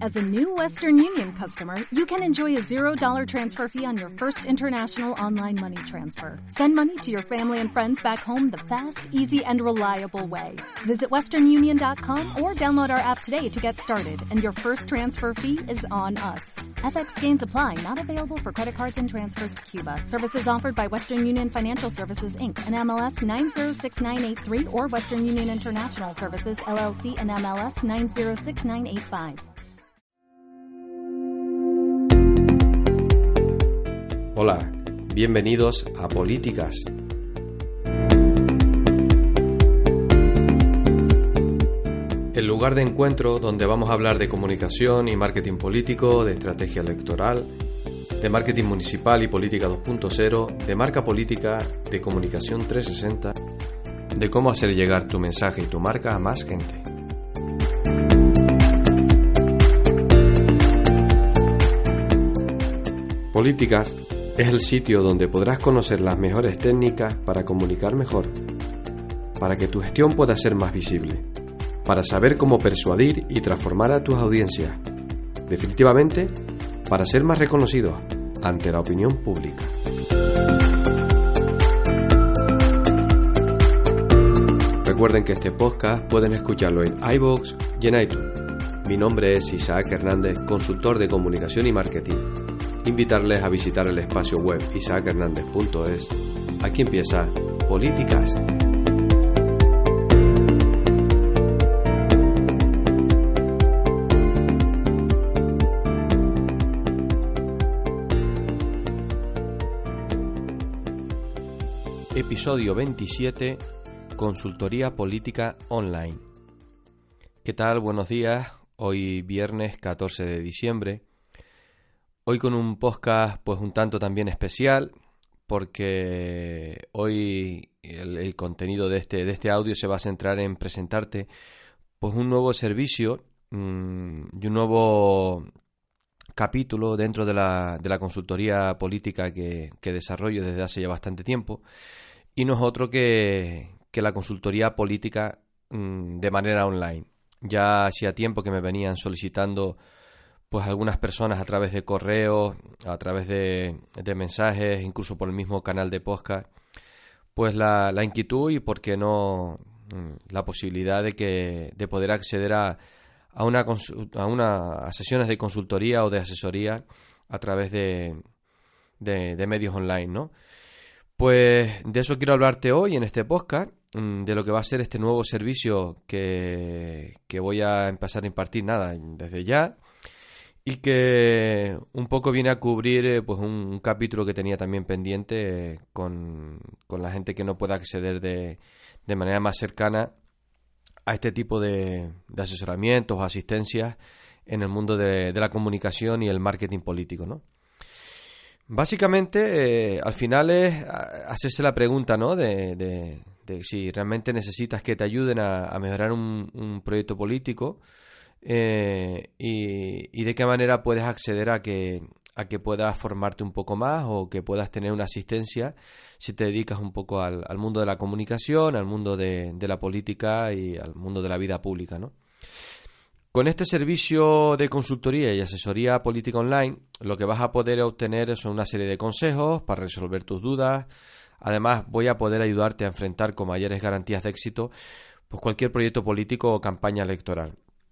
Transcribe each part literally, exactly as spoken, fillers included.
As a new Western Union customer, you can enjoy a zero dollar transfer fee on your first international online money transfer. Send money to your family and friends back home the fast, easy, and reliable way. Visit western union dot com or download our app today to get started, and your first transfer fee is on us. F X gains apply, not available for credit cards and transfers to Cuba. Services offered by Western Union Financial Services, Incorporated, and M L S nine zero six nine eight three or Western Union International Services, L L C, and M L S nine zero six nine eight five. Hola, bienvenidos a Políticas. El lugar de encuentro donde vamos a hablar de comunicación y marketing político, de estrategia electoral, de marketing municipal y política dos punto cero, de marca política, de comunicación trescientos sesenta, de cómo hacer llegar tu mensaje y tu marca a más gente. Políticas es el sitio donde podrás conocer las mejores técnicas para comunicar mejor, para que tu gestión pueda ser más visible, para saber cómo persuadir y transformar a tus audiencias, definitivamente para ser más reconocidos ante la opinión pública. Recuerden que este podcast pueden escucharlo en iVoox y en iTunes. Mi nombre es Isaac Hernández, consultor de comunicación y marketing. Invitarles a visitar el espacio web isaac hernández punto es. Aquí empieza Políticas. Episodio veintisiete, Consultoría Política Online. ¿Qué tal? Buenos días. Hoy viernes catorce de diciembre. Hoy con un podcast pues un tanto también especial, porque hoy el, el contenido de este, de este audio se va a centrar en presentarte pues un nuevo servicio mmm, y un nuevo capítulo dentro de la, de la consultoría política que, que desarrollo desde hace ya bastante tiempo, y no es otro que, que la consultoría política mmm, de manera online. Ya hacía tiempo que me venían solicitando pues algunas personas a través de correos, a través de, de mensajes, incluso por el mismo canal de podcast, pues la, la inquietud y por qué no la posibilidad de que de poder acceder a, a una a una a sesiones de consultoría o de asesoría a través de, de, de medios online, ¿no? Pues de eso quiero hablarte hoy en este podcast, de lo que va a ser este nuevo servicio que, que voy a empezar a impartir nada desde ya. Y que un poco viene a cubrir eh, pues un, un capítulo que tenía también pendiente eh, con, con la gente que no pueda acceder de, de manera más cercana a este tipo de, de asesoramientos o asistencias en el mundo de, de la comunicación y el marketing político, ¿no? Básicamente, eh, al final es hacerse la pregunta, ¿no? De, de, de si realmente necesitas que te ayuden a, a mejorar un, un proyecto político. Eh, y, y de qué manera puedes acceder a que a que puedas formarte un poco más o que puedas tener una asistencia si te dedicas un poco al, al mundo de la comunicación, al mundo de, de la política y al mundo de la vida pública, ¿no? Con este servicio de consultoría y asesoría política online, lo que vas a poder obtener son una serie de consejos para resolver tus dudas. Además, voy a poder ayudarte a enfrentar con mayores garantías de éxito pues cualquier proyecto político o campaña electoral.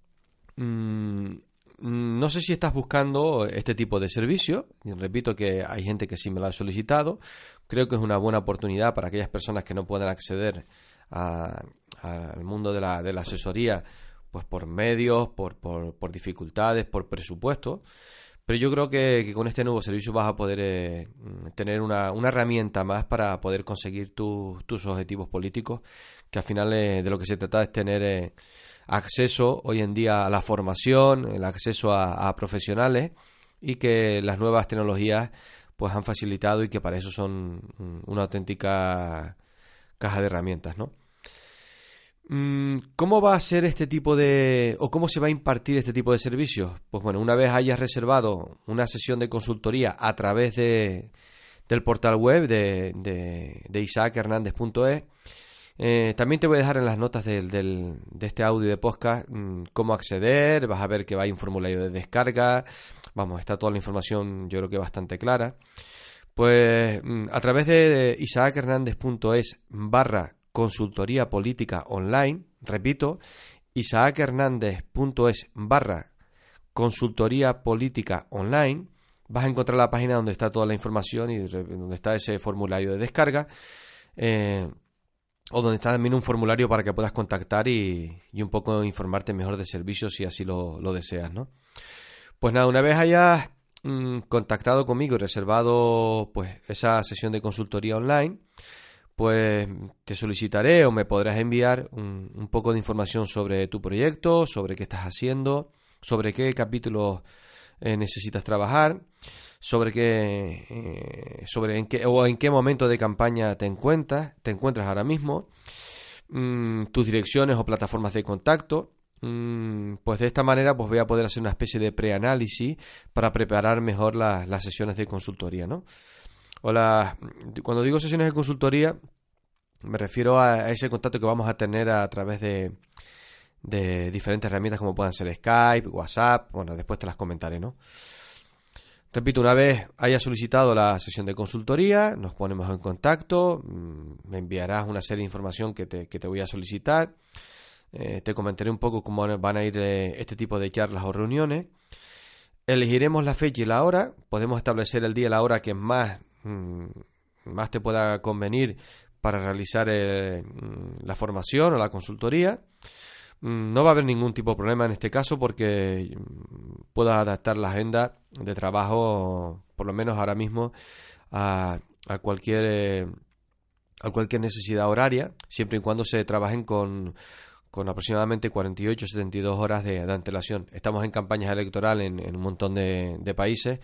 No sé si estás buscando este tipo de servicio. Repito que hay gente que sí me lo ha solicitado. Creo que es una buena oportunidad para aquellas personas que no puedan acceder a, a, al mundo de la, de la asesoría, pues por medios, por, por, por dificultades, por presupuesto. Pero yo creo que, que con este nuevo servicio vas a poder eh, tener una, una herramienta más para poder conseguir tu, tus objetivos políticos, que al final eh, de lo que se trata es tener eh, acceso hoy en día a la formación, el acceso a, a profesionales, y que las nuevas tecnologías pues han facilitado y que para eso son una auténtica caja de herramientas, ¿no? ¿Cómo va a ser este tipo de, o cómo se va a impartir este tipo de servicios? Pues bueno, una vez hayas reservado una sesión de consultoría a través de, del portal web de, de, de isaac hernández punto es, Eh, también te voy a dejar en las notas del, del, de este audio de podcast mmm, cómo acceder. Vas a ver que hay un formulario de descarga. Vamos, está toda la información, yo creo que bastante clara. Pues mmm, a través de isaachernández.es barra consultoría política online, repito, isaachernández.es barra consultoría política online, vas a encontrar la página donde está toda la información y donde está ese formulario de descarga, eh, o donde está también un formulario para que puedas contactar y, y un poco informarte mejor de servicios si así lo, lo deseas, ¿no? Pues nada, una vez hayas mmm, contactado conmigo y reservado pues esa sesión de consultoría online, pues te solicitaré o me podrás enviar un, un poco de información sobre tu proyecto, sobre qué estás haciendo, sobre qué capítulos eh, necesitas trabajar, sobre qué, eh, sobre en qué o en qué momento de campaña te encuentras, te encuentras ahora mismo, mmm, tus direcciones o plataformas de contacto. Mm, pues de esta manera pues voy a poder hacer una especie de preanálisis para preparar mejor la, las sesiones de consultoría, ¿no? O la, cuando digo sesiones de consultoría me refiero a, a ese contacto que vamos a tener a través de, de diferentes herramientas como puedan ser Skype, WhatsApp. Bueno, después te las comentaré, ¿no? Repito, una vez hayas solicitado la sesión de consultoría, nos ponemos en contacto, me enviarás una serie de información que te, que te voy a solicitar. Eh, te comentaré un poco cómo van a ir eh, este tipo de charlas o reuniones. Elegiremos la fecha y la hora. Podemos establecer el día y la hora que más, mmm, más te pueda convenir para realizar eh, la formación o la consultoría. Mm, no va a haber ningún tipo de problema en este caso porque puedo adaptar la agenda de trabajo, por lo menos ahora mismo, a, a cualquier eh, a cualquier necesidad horaria, siempre y cuando se trabajen con con aproximadamente cuarenta y ocho a setenta y dos horas de, de antelación. Estamos en campañas electorales en, en un montón de, de países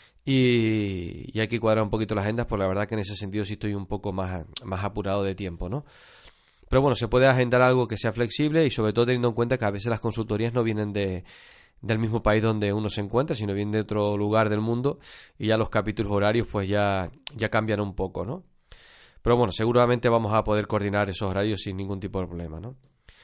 y, y hay que cuadrar un poquito las agendas, porque la verdad que en ese sentido sí estoy un poco más, más apurado de tiempo, ¿no? Pero bueno, se puede agendar algo que sea flexible y sobre todo teniendo en cuenta que a veces las consultorías no vienen de, del mismo país donde uno se encuentra, sino vienen de otro lugar del mundo y ya los capítulos horarios pues ya, ya cambian un poco, ¿no? Pero bueno, seguramente vamos a poder coordinar esos horarios sin ningún tipo de problema, ¿no?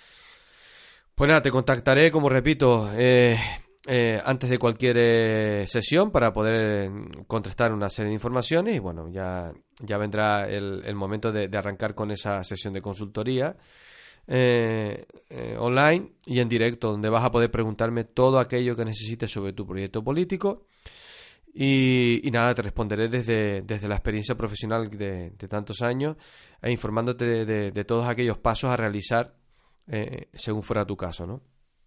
Pues nada, te contactaré, como repito, eh, eh, antes de cualquier eh, sesión para poder contrastar una serie de informaciones y bueno, ya, ya vendrá el, el momento de, de arrancar con esa sesión de consultoría eh, eh, online y en directo, donde vas a poder preguntarme todo aquello que necesites sobre tu proyecto político y, y nada, te responderé desde, desde la experiencia profesional de, de tantos años e informándote de, de, de todos aquellos pasos a realizar Eh, según fuera tu caso, ¿no?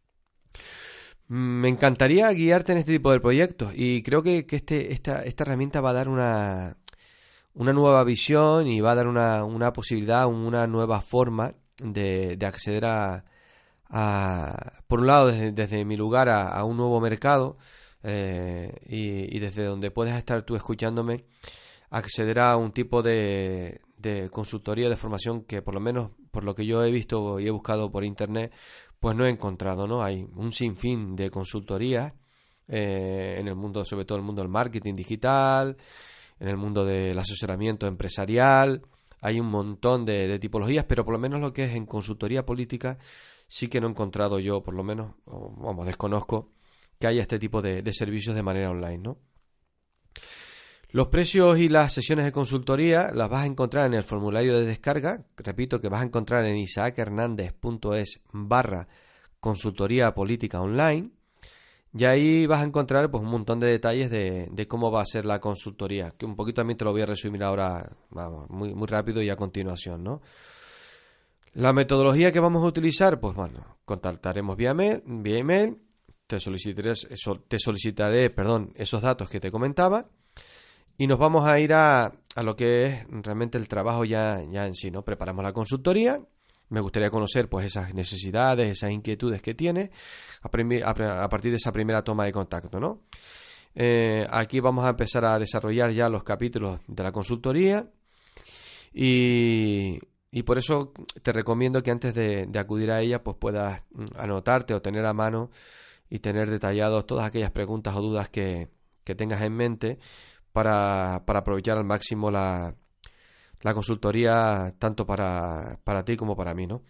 Me encantaría guiarte en este tipo de proyectos y creo que, que este, esta, esta herramienta va a dar una, una nueva visión y va a dar una, una posibilidad, una nueva forma de, de acceder a, a, por un lado, desde, desde mi lugar a, a un nuevo mercado eh, y, y desde donde puedes estar tú escuchándome, acceder a un tipo de, de consultoría, de formación que por lo menos por lo que yo he visto y he buscado por internet, pues no he encontrado, ¿no? Hay un sinfín de consultorías eh, en el mundo, sobre todo en el mundo del marketing digital, en el mundo del asesoramiento empresarial, hay un montón de, de tipologías, pero por lo menos lo que es en consultoría política sí que no he encontrado yo, por lo menos, o, vamos, desconozco que haya este tipo de, de servicios de manera online, ¿no? Los precios y las sesiones de consultoría las vas a encontrar en el formulario de descarga, repito que vas a encontrar en isaachernández.es barra consultoría política online y ahí vas a encontrar pues un montón de detalles de, de cómo va a ser la consultoría, que un poquito también te lo voy a resumir ahora, vamos, muy, muy rápido y a continuación, ¿no? La metodología que vamos a utilizar, pues bueno, contactaremos vía mail, vía email, te solicitaré, te solicitaré, perdón, esos datos que te comentaba. Y nos vamos a ir a, a lo que es realmente el trabajo ya, ya en sí, ¿no? Preparamos la consultoría. Me gustaría conocer pues esas necesidades, esas inquietudes que tiene a, primi- a, a partir de esa primera toma de contacto, ¿no? Eh, aquí vamos a empezar a desarrollar ya los capítulos de la consultoría y, y por eso te recomiendo que antes de, de acudir a ella pues puedas anotarte o tener a mano y tener detallados todas aquellas preguntas o dudas que, que tengas en mente para, para aprovechar al máximo la, la consultoría tanto para, para ti como para mí, ¿no?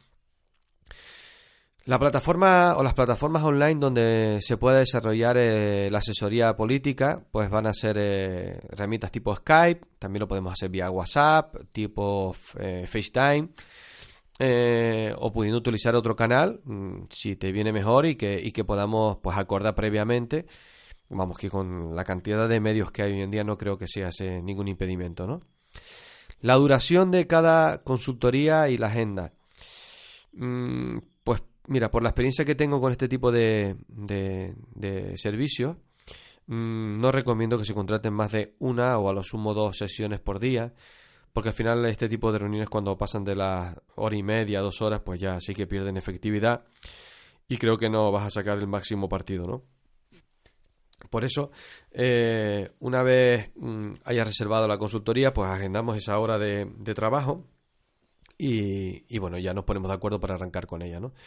La plataforma o las plataformas online donde se puede desarrollar eh, la asesoría política, pues van a ser eh, herramientas tipo Skype, también lo podemos hacer vía WhatsApp, tipo eh, FaceTime, eh, o pudiendo utilizar otro canal, mmm, si te viene mejor y que, y que podamos pues acordar previamente. Vamos, que con la cantidad de medios que hay hoy en día no creo que sea ese ningún impedimento, ¿no? La duración de cada consultoría y la agenda. Mm, pues mira, por la experiencia que tengo con este tipo de, de, de servicios, mmm, no recomiendo que se contraten más de una o a lo sumo dos sesiones por día, porque al final este tipo de reuniones cuando pasan de las hora y media, dos horas, pues ya sí que pierden efectividad y creo que no vas a sacar el máximo partido, ¿no? Por eso, eh, una vez mmm, hayas reservado la consultoría, pues agendamos esa hora de, de trabajo y, y bueno, ya nos ponemos de acuerdo para arrancar con ella, ¿no?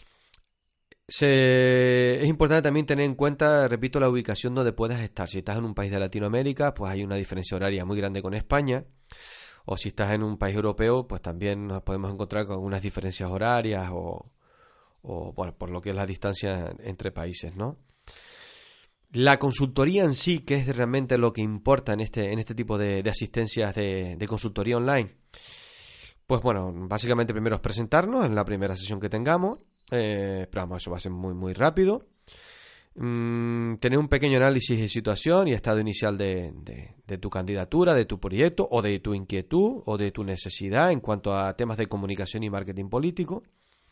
Se, es importante también tener en cuenta, repito, la ubicación donde puedas estar. Si estás en un país de Latinoamérica, pues hay una diferencia horaria muy grande con España. O si estás en un país europeo, pues también nos podemos encontrar con algunas diferencias horarias o, o bueno, por lo que es la distancia entre países, ¿no? La consultoría en sí, que es realmente lo que importa en este, en este tipo de, de asistencias de, de consultoría online. Pues bueno, básicamente primero es presentarnos en la primera sesión que tengamos, eh, pero vamos, eso va a ser muy muy rápido. Mm, tener un pequeño análisis de situación y estado inicial de, de, de tu candidatura, de tu proyecto o de tu inquietud o de tu necesidad en cuanto a temas de comunicación y marketing político.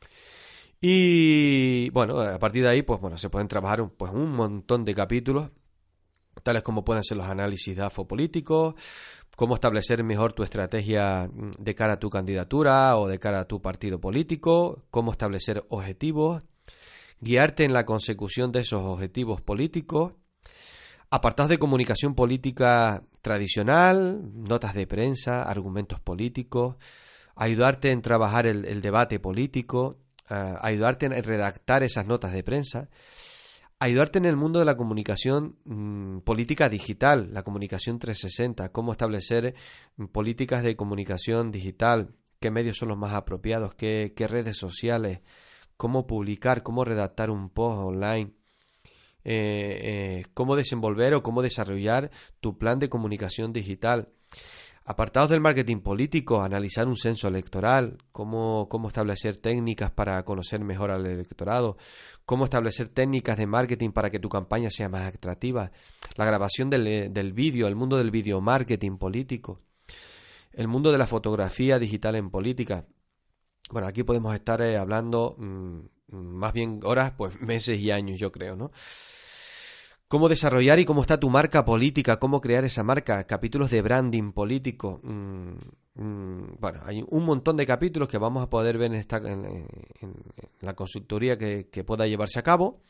Y bueno, a partir de ahí, pues bueno, se pueden trabajar un, pues, un montón de capítulos, tales como pueden ser los análisis de A F O políticos, cómo establecer mejor tu estrategia de cara a tu candidatura o de cara a tu partido político, cómo establecer objetivos, guiarte en la consecución de esos objetivos políticos, apartados de comunicación política tradicional, notas de prensa, argumentos políticos, ayudarte en trabajar el, el debate político, uh, ayudarte en redactar esas notas de prensa, ayudarte en el mundo de la comunicación mmm, política digital, la comunicación trescientos sesenta, cómo establecer políticas de comunicación digital, qué medios son los más apropiados, qué, qué redes sociales, cómo publicar, cómo redactar un post online, eh, eh, cómo desenvolver o cómo desarrollar tu plan de comunicación digital. Apartados del marketing político, analizar un censo electoral, cómo, cómo establecer técnicas para conocer mejor al electorado, cómo establecer técnicas de marketing para que tu campaña sea más atractiva, la grabación del, del vídeo, el mundo del video marketing político, el mundo de la fotografía digital en política. Bueno, aquí podemos estar eh, hablando mmm, más bien horas, pues meses y años, yo creo, ¿no? Cómo desarrollar y cómo está tu marca política, cómo crear esa marca, capítulos de branding político. Mmm, mmm, bueno, hay un montón de capítulos que vamos a poder ver en, esta, en, en, en la consultoría que, que pueda llevarse a cabo.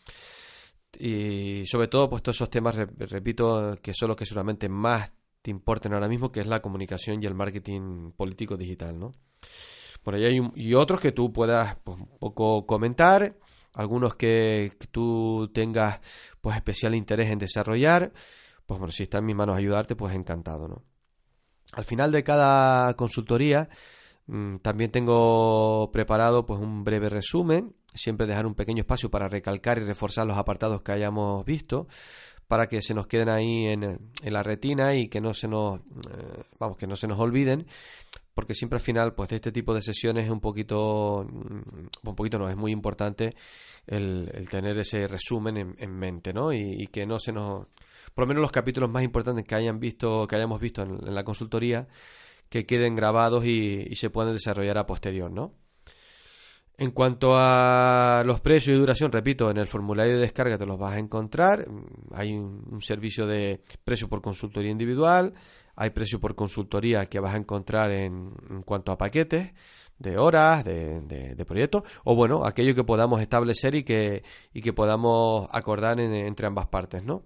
Y sobre todo, pues todos esos temas, repito, que son los que seguramente más te importen ahora mismo, que es la comunicación y el marketing político digital, ¿no? Por ahí hay un, y otros que tú puedas pues, un poco comentar, algunos que, que tú tengas pues especial interés en desarrollar, pues bueno, si está en mis manos ayudarte, pues encantado, ¿no? Al final de cada consultoría mmm, también tengo preparado pues un breve resumen, siempre dejar un pequeño espacio para recalcar y reforzar los apartados que hayamos visto, para que se nos queden ahí en, en la retina y que no se nos eh, vamos, que no se nos olviden, porque siempre al final pues de este tipo de sesiones es un poquito un poquito no, es muy importante el, el tener ese resumen en, en mente, ¿no? Y, y que no se nos, por lo menos los capítulos más importantes que hayan visto, que hayamos visto en, en la consultoría, que queden grabados y, y se puedan desarrollar a posterior, ¿no? En cuanto a los precios y duración, repito, en el formulario de descarga te los vas a encontrar. Hay un, un servicio de precio por consultoría individual, hay precio por consultoría que vas a encontrar en, en cuanto a paquetes de horas, de, de, de proyectos, o bueno, aquello que podamos establecer y que, y que podamos acordar en, entre ambas partes, ¿no?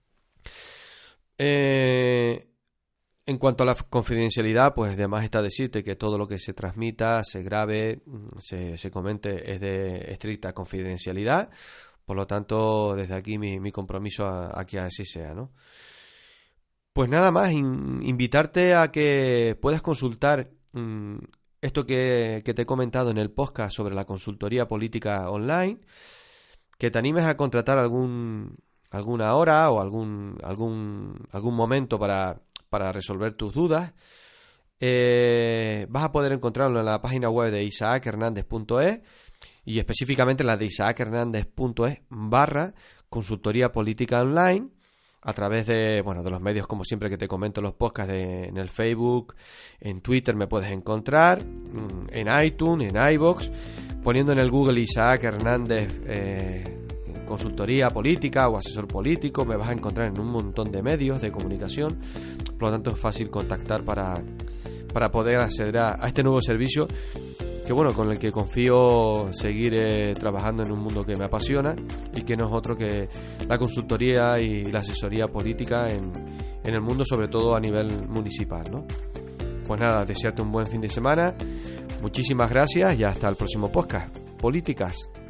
Eh... En cuanto a la confidencialidad, pues además está decirte que todo lo que se transmita, se grabe, se, se comente es de estricta confidencialidad. Por lo tanto, desde aquí mi, mi compromiso a, a que así sea, ¿no? Pues nada más, in- invitarte a que puedas consultar mm, esto que, que te he comentado en el podcast sobre la consultoría política online, que te animes a contratar algún alguna hora o algún algún algún momento para, para resolver tus dudas. Eh, vas a poder encontrarlo en la página web de isaac hernandez punto es y específicamente en la de isaac hernandez punto es barra consultoría política online, a través de, bueno, de los medios como siempre que te comento, los podcasts de, en el Facebook, en Twitter me puedes encontrar, en iTunes, en iVoox, poniendo en el Google Isaac Hernández eh, consultoría política o asesor político, me vas a encontrar en un montón de medios de comunicación, por lo tanto es fácil contactar para, para poder acceder a, a este nuevo servicio que, bueno, con el que confío seguir eh, trabajando en un mundo que me apasiona y que no es otro que la consultoría y la asesoría política en, en el mundo, sobre todo a nivel municipal, ¿no? Pues nada, desearte un buen fin de semana, muchísimas gracias y hasta el próximo podcast. Políticas.